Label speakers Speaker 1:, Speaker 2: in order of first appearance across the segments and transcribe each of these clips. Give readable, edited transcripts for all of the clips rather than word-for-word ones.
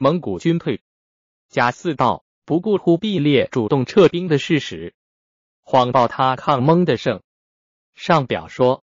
Speaker 1: 蒙古军退。贾似道不顾忽必烈主动撤兵的事实，谎报他抗蒙的胜。上表说：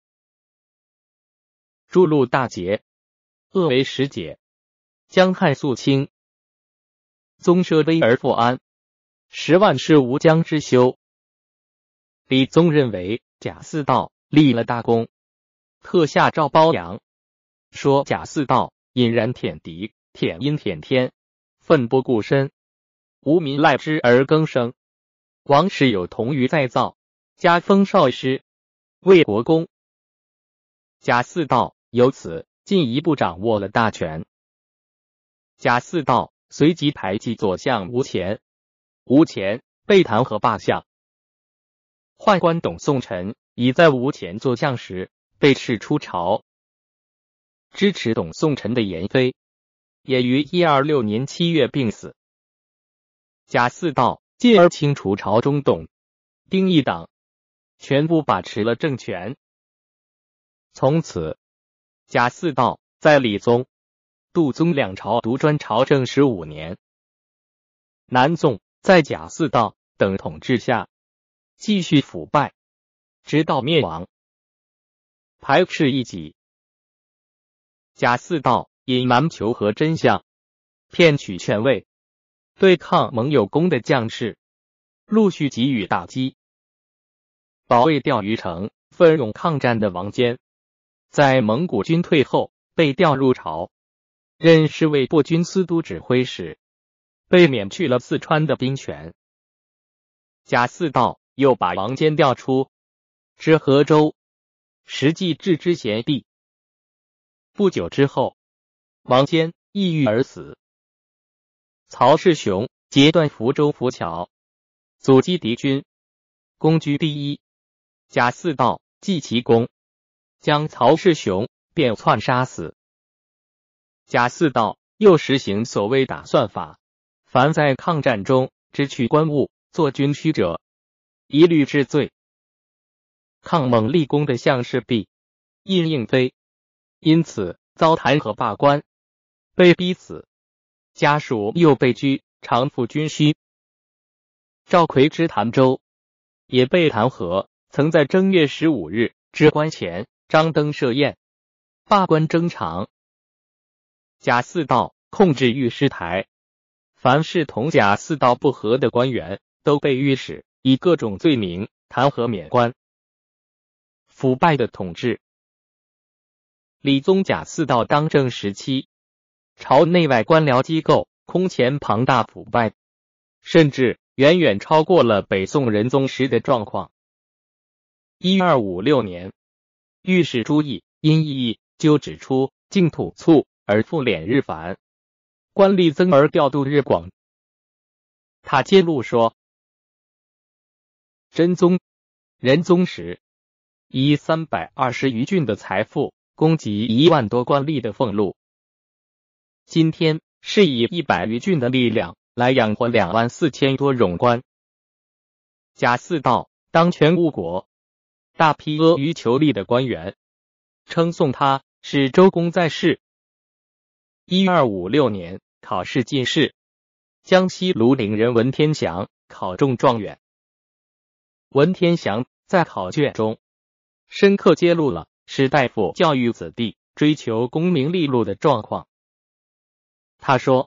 Speaker 1: 诸路大捷，恶为时解，江汉肃清，宗奢危而复安，10万事无将之休。李宗认为贾似道立了大功，特下诏褒扬，说贾似道隐然舔敌，舔阴舔天，奋不顾身，无民赖之而更生。王室有同于再造，加封少师，为国公。贾似道由此进一步掌握了大权。贾似道随即排挤左相吴乾，吴乾被弹劾罢相。宦官董宋臣已在吴乾做相时被斥出朝。支持董宋臣的颜妃也于126年7月病死。贾似道进而清除朝中董、丁一党，全部把持了政权。从此，贾似道在理宗、杜宗两朝独专朝政15年。南宋在贾似道等统治下继续腐败，直到灭亡。排斥异己。贾似道隐瞒求和真相，骗取权位，对抗蒙有功的将士陆续给予打击。保卫钓鱼城奋勇抗战的王坚，在蒙古军退后被调入朝，任侍卫部军司都指挥使，被免去了四川的兵权。贾似道又把王坚调出，至河州，实际置之贤弟。不久之后，王坚抑郁而死。曹世雄截断福州浮桥，阻击敌军，功居第一。贾似道记其功，将曹世雄便窜杀死。贾似道又实行所谓打算法，凡在抗战中支取官务、做军需者，一律治罪。抗蒙立功的项氏璧、印应妃因此遭弹劾罢官，被逼死，家属又被拘，偿付军需。赵奎之潭州也被弹劾，曾在正月15日至官前张灯设宴，罢官征偿。贾似道控制御史台，凡是同贾似道不合的官员都被御史以各种罪名弹劾免官。腐败的统治。理宗贾似道当政时期，朝内外官僚机构空前庞大腐败，甚至远远超过了北宋仁宗时的状况。1256年，御史朱毅因异议就指出净土促而复敛日繁，官吏增而调度日广。他揭露说，真宗、仁宗时以320余郡的财富供给1万多官吏的俸禄，今天是以100余郡的力量来养活2万4千多冗官。贾似道当权误国，大批阿谀求利的官员称颂他是周公在世。1256年考试进士，江西庐陵人文天祥考中状元。文天祥在考卷中深刻揭露了士大夫教育子弟追求功名利禄的状况。他说，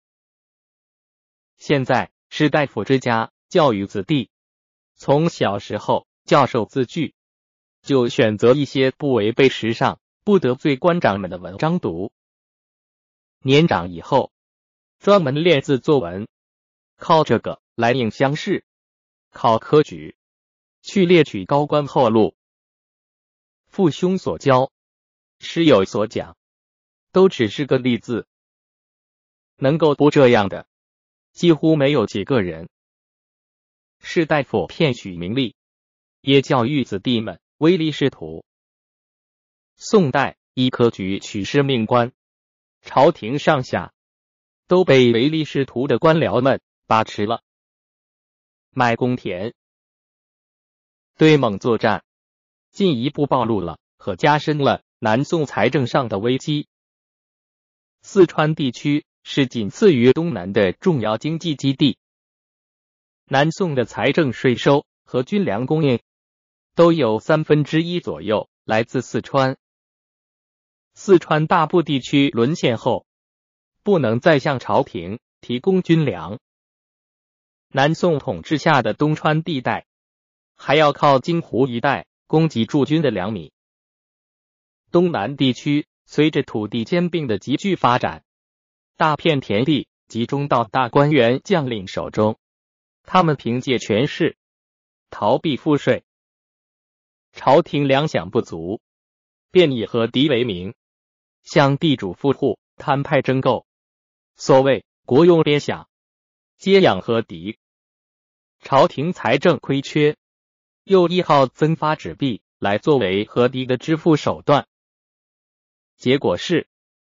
Speaker 1: 现在士大夫之家教育子弟，从小时候教授字句，就选择一些不违背时尚、不得罪官长们的文章读。年长以后，专门练字作文，靠这个来应乡试、考科举，去猎取高官厚禄。父兄所教，师友所讲，都只是个例字。能够不这样的，几乎没有几个人。士大夫骗取名利，也教育子弟们唯利是图。宋代以科举取士命官，朝廷上下都被唯利是图的官僚们把持了。卖公田，对蒙作战，进一步暴露了和加深了南宋财政上的危机。四川地区是仅次于东南的重要经济基地。南宋的财政税收和军粮供应都有1/3左右来自四川。四川大部地区沦陷后，不能再向朝廷提供军粮。南宋统治下的东川地带还要靠京湖一带供给驻军的粮米。东南地区随着土地兼并的急剧发展，大片田地集中到大官员将领手中，他们凭借权势逃避赋税。朝廷粮饷不足，便以和敌为名，向地主富户摊派征购。所谓国用鳖饷，皆养和敌。朝廷财政亏缺，又依靠增发纸币来作为和敌的支付手段，结果是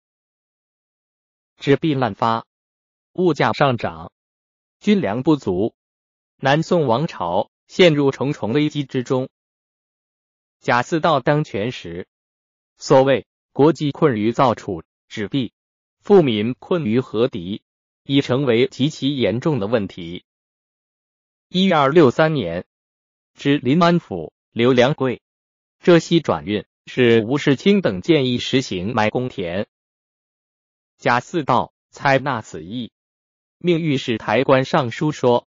Speaker 1: 纸币滥发，物价上涨，军粮不足，南宋王朝陷入重重危机之中。贾似道当权时，所谓国计困于造储纸币，富民困于和敌，已成为极其严重的问题。1263年，知临安府刘良贵浙西转运使吴世清等建议实行买公田。贾似道采纳此意，命御史台官上书说：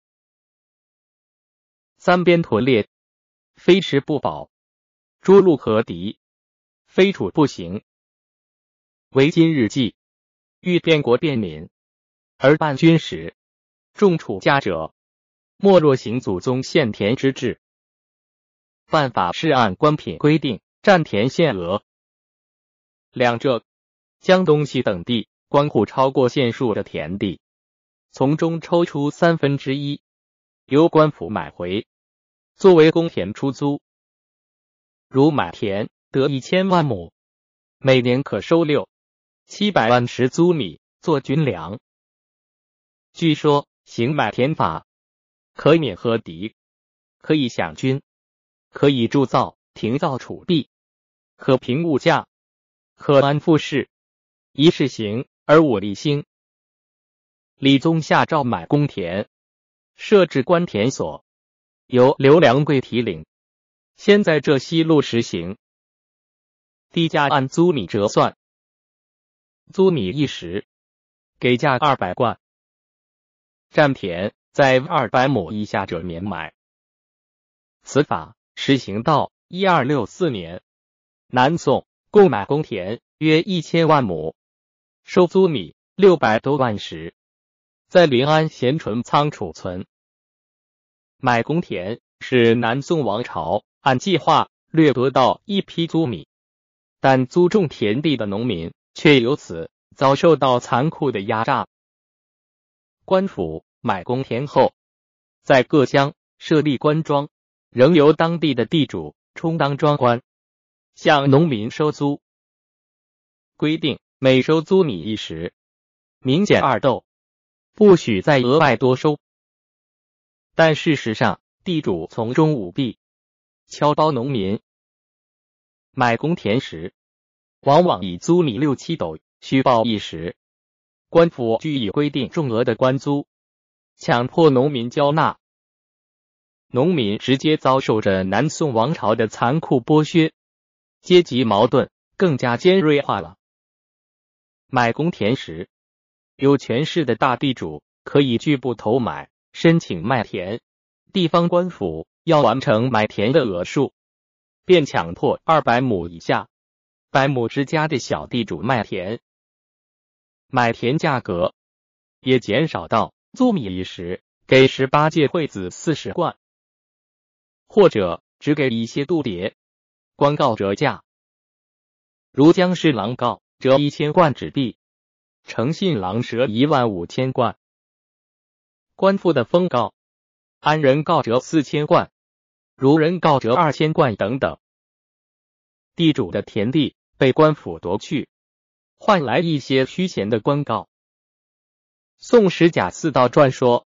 Speaker 1: 三边屯列，非食不饱；诸路和敌，非处不行。为今日计，欲变国变民，而办军使，重处家者，莫若行祖宗献田之制。办法是按官品规定占田限额，两浙、江东西等地官户超过限数的田地，从中抽出1/3，由官府买回，作为公田出租。如买田得1000万亩，每年可收600-700万石租米做军粮。据说行买田法，可以免和敌，可以饷军，可以铸造停造储币，可平物价，可安富士，一事行而五利兴。理宗下诏买公田，设置官田所，由刘良贵提领，先在浙西路实行。地价按租米折算，租米1石，给价200贯，占田在200亩以下者免买。此法实行到1264年，南宋共买公田约1000万亩，收租米600多万石，在临安咸淳仓储存。买公田是南宋王朝按计划掠夺到一批租米，但租种田地的农民却由此遭受到残酷的压榨。官府买公田后，在各乡设立官庄，仍由当地的地主充当庄官，向农民收租。规定每收租米1石，民减2斗，不许再额外多收。但事实上，地主从中舞弊，敲包农民。买公田时，往往以租米6-7斗虚报1石，官府据以规定重额的官租，强迫农民交纳。农民直接遭受着南宋王朝的残酷剥削，阶级矛盾更加尖锐化了。买公田时，有权势的大地主可以拒不投买，申请卖田，地方官府要完成买田的额数，便强迫200亩以下、100亩之家的小地主卖田。买田价格也减少到租米1石给18届惠子40贯，或者只给一些度牒，官告折价。如江氏郎告折1000贯纸币，诚信郎折15000贯。官复的封告，安人告折4000贯，如人告折2000贯等等。地主的田地被官府夺去，换来一些虚衔的官告。宋史贾似道传说，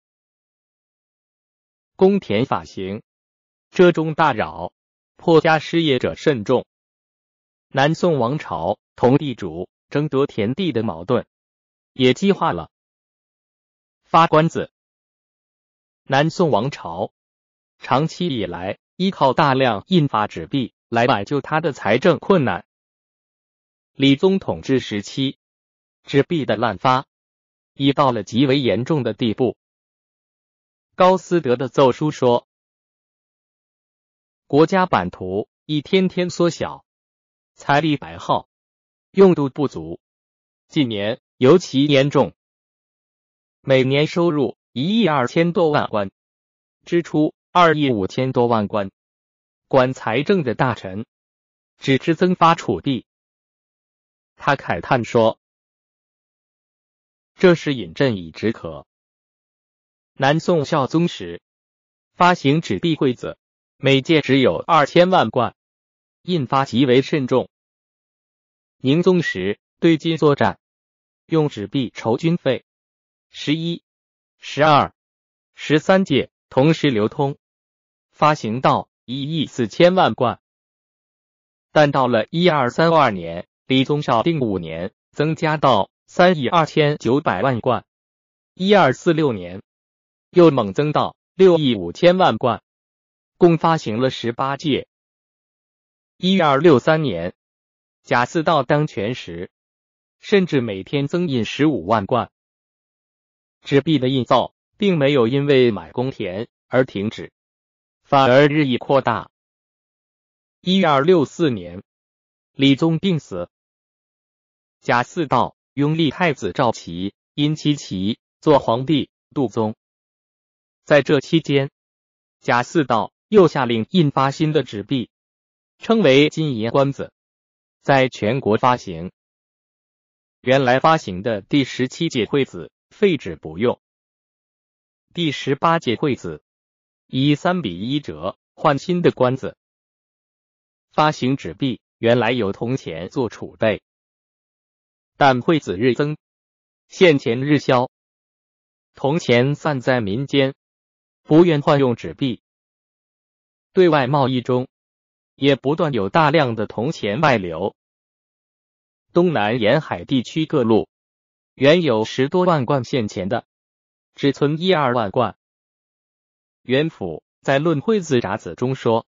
Speaker 1: 公田法行，浙中大扰，破家失业者甚众。南宋王朝同地主争夺田地的矛盾也激化了发官子。南宋王朝长期以来依靠大量印发纸币来挽救他的财政困难。理宗统治时期，纸币的滥发已到了极为严重的地步。高思德的奏书说，国家版图一天天缩小，财力百耗，用度不足，近年尤其严重。每年收入1亿2千多万贯，支出2亿5千多万贯。管财政的大臣只知增发储币。他慨叹说，这是饮鸩已止渴。南宋孝宗时，发行纸币会子每届只有2000万贯，印发极为慎重。宁宗时对金作战，用纸币筹军费，11、12、13届同时流通，发行到1亿4千万贯。但到了1232年，理宗绍定5年，增加到3亿2900万贯。1246年又猛增到6亿5千万贯，共发行了18届。1263年，贾似道当权时，甚至每天增印15万贯。纸币的印造并没有因为买公田而停止，反而日益扩大。1264年，理宗病死，贾似道拥立太子赵齐、殷其齐做皇帝杜宗。在这期间，贾似道又下令印发新的纸币，称为金银官子，在全国发行。原来发行的第17届会子废止不用，第18届会子以3:1折换新的官子。发行纸币原来有铜钱做储备，但会子日增，现钱日消，铜钱散在民间，不愿换用纸币。对外贸易中也不断有大量的铜钱外流。东南沿海地区各路原有10多万贯现钱的，只存1、2万贯。元辅在《论会子札子》中说，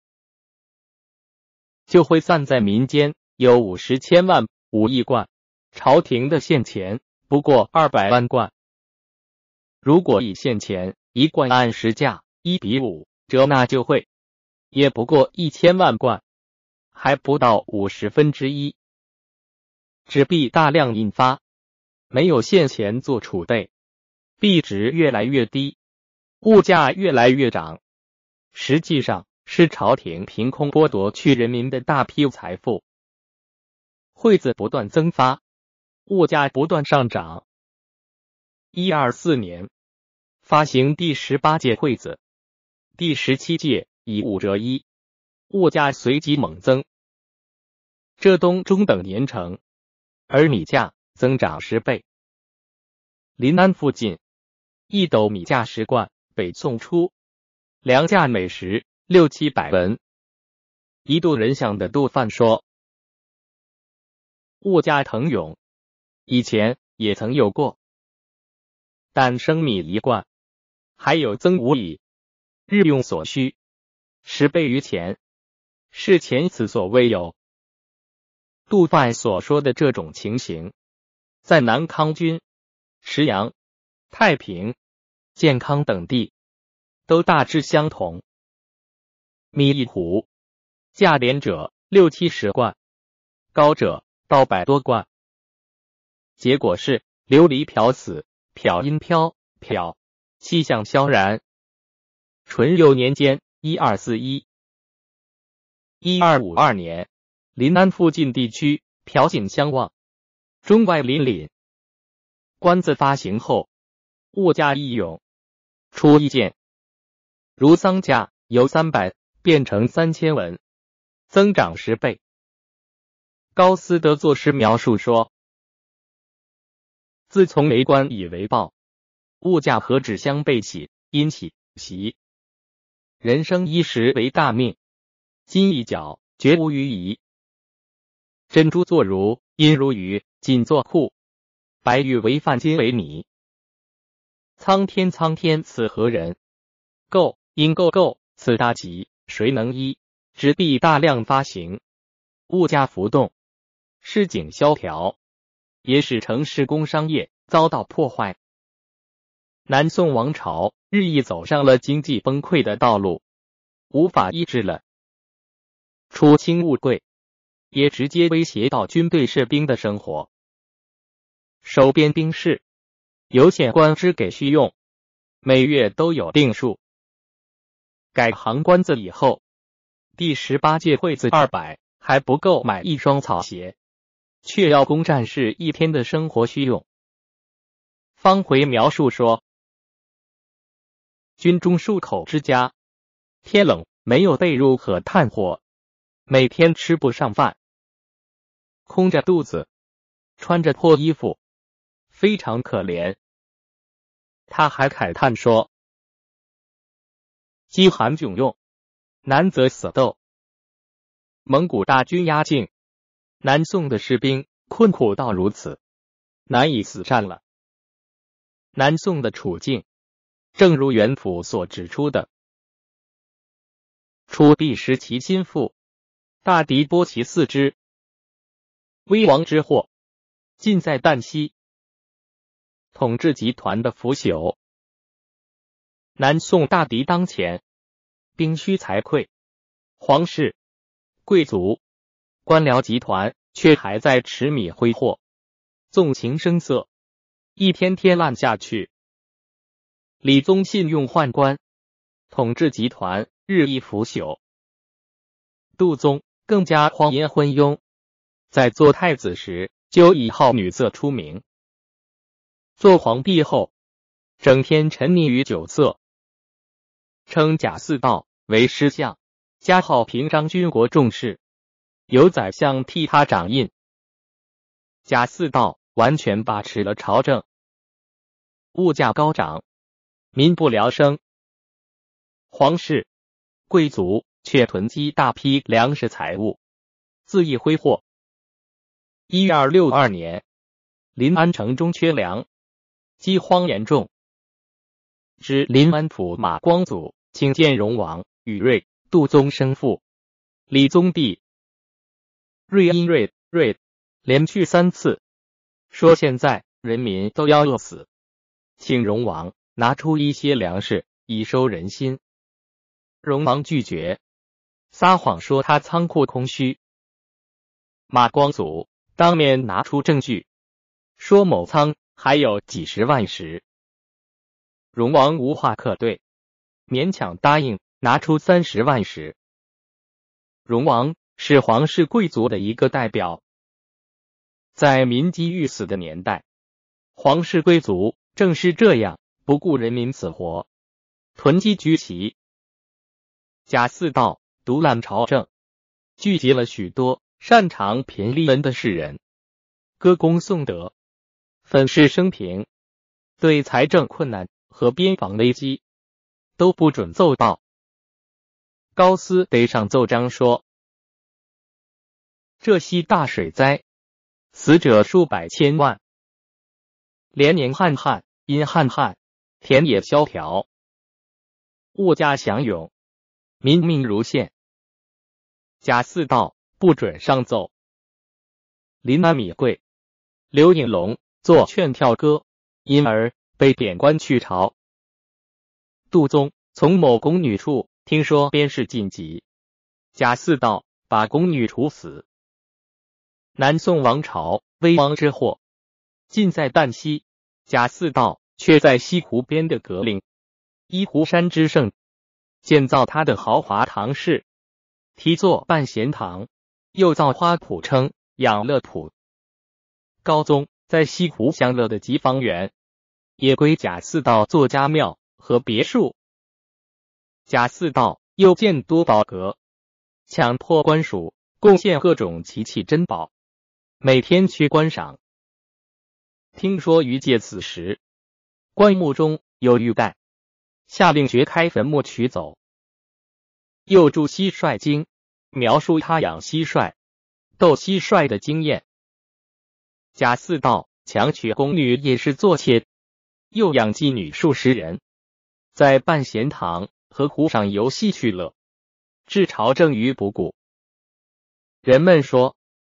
Speaker 1: 就会散在民间有50千万5亿贯，朝廷的现钱不过200万贯。如果以现钱一贯按实价1:5折纳就会，也不过1000万贯，还不到1/50。纸币大量印发，没有现钱做储备，币值越来越低，物价越来越涨，实际上是朝廷凭空剥夺去人民的大批财富。会子不断增发，物价不断上涨。124年发行第18届会子，第17届以5:1，物价随即猛增。浙东中等年成，而米价增长10倍。临安附近1斗米价10贯，北宋初粮价每时6、700文。一度人饷的杜范说，物价腾涌，以前也曾有过，但生米1贯还有增5厘，日用所需10倍于前，是前此所未有。杜范所说的这种情形，在南康军、石阳、太平、建康等地都大致相同。米1斛，价廉者6、70贯，高者到100多贯。结果是流离飘死，漂阴飘漂，气象萧然。淳佑年间1241、1252年，临安附近地区朴槿相望，中外邻里。官子发行后，物价一涌，出一件，如丧价由300变成3000文，增长10倍。高思德作诗描述说，自从为官以为报，物价何止相背起，因起袭。人生衣食为大命，金一角绝无余疑。珍珠作如，银如鱼，锦作库。 白玉为饭皆为米。苍天苍天，此何人？构因构，此大吉，谁能医？纸币大量发行，物价浮动，市井萧条，也使城市工商业遭到破坏。南宋王朝日益走上了经济崩溃的道路，无法抑制了。出清物贵，也直接威胁到军队士兵的生活。收编兵士，由县官支给需用，每月都有定数。改行官字以后，第18届会字200还不够买一双草鞋，却要供战士1天的生活需用。方回描述说，军中数口之家，天冷没有被褥和炭火，每天吃不上饭，空着肚子，穿着破衣服，非常可怜。他还慨叹说，饥寒窘用，难则死斗。蒙古大军压境，南宋的士兵困苦到如此，难以死战了。南宋的处境正如元普所指出的，初帝时其心腹，大敌剥其四肢，危亡之祸尽在旦夕。统治集团的腐朽，南宋大敌当前，兵虚财匮，皇室、贵族、官僚集团却还在持米挥霍，纵情声色，一天天烂下去。理宗信用宦官，统治集团日益腐朽。杜宗更加荒淫昏庸，在做太子时就以好女色出名，做皇帝后整天沉溺于酒色，称贾似道为师相，加号平章军国重事，由宰相替他掌印。贾似道完全把持了朝政，物价高涨，民不聊生，皇室、贵族却囤积大批粮食财物，恣意挥霍。1262年，临安城中缺粮，饥荒严重。知临安府马光祖请见荣王宇瑞、杜宗生父李宗弟。瑞因瑞连去3次，说现在人民都要饿死，请荣王拿出一些粮食以收人心。荣王拒绝，撒谎说他仓库空虚。马光祖当面拿出证据，说某仓还有几十万石。荣王无话可对，勉强答应拿出30万石。荣王是皇室贵族的一个代表，在民饥欲死的年代，皇室贵族正是这样不顾人民死活，囤积居奇。贾似道独揽朝政，聚集了许多擅长贫利恩的士人，歌功颂德，粉饰生平，对财政困难和边防危机都不准奏报。高斯得上奏章说，这夕大水灾，死者数百千万，连年旱，因旱，田野萧条，物价翔涌，民命如线。贾似道不准上奏。临安米贵，刘应龙作劝跳歌，因而被贬官去朝。杜宗从某宫女处听说边事晋级，贾似道把宫女处死。南宋王朝危亡之祸尽在旦夕，贾似道却在西湖边的格陵依湖山之胜，建造他的豪华堂室，题作半贤堂，又造花圃称养乐圃。高宗在西湖享乐的吉芳园也归贾似道作家庙和别墅。贾似道又建多宝阁，强迫官署贡献各种奇器珍宝，每天去观赏。听说于介此时，棺木中有玉带，下令掘开坟墓取走。又著《蟋蟀经》，描述他养蟋蟀、斗蟋蟀的经验。贾似道强娶宫女也是做妾，又养妓女数十人，在半贤堂和湖上游戏去乐，置朝政于不顾。人们说，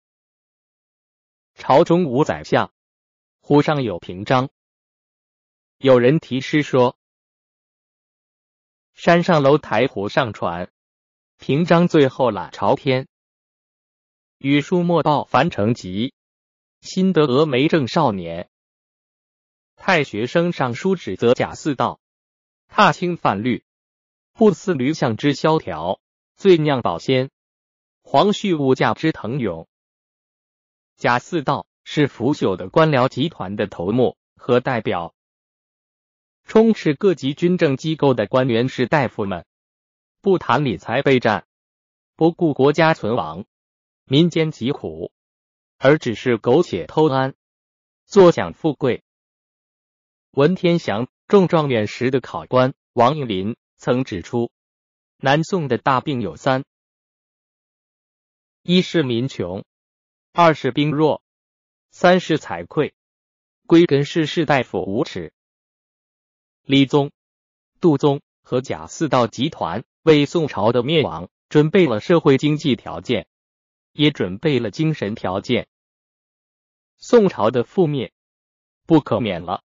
Speaker 1: 朝中无宰相，湖上有平章。有人题诗说，山上楼台湖上船，平章最后揽朝天。语书墨报樊城集，新得峨眉正少年。太学生上书指责贾似道，踏青犯律，不思驴象之萧条，罪酿保鲜，皇恤物价之腾涌。贾似道是腐朽的官僚集团的头目和代表，充斥各级军政机构的官员士大夫们，不谈理财备战，不顾国家存亡、民间疾苦，而只是苟且偷安，坐享富贵。文天祥中状元时的考官王应麟曾指出，南宋的大病有三：一是民穷，二是兵弱，三是财匮，归根是士大夫无耻。李宗、杜宗和贾似道集团为宋朝的灭亡准备了社会经济条件，也准备了精神条件。宋朝的覆灭不可免了。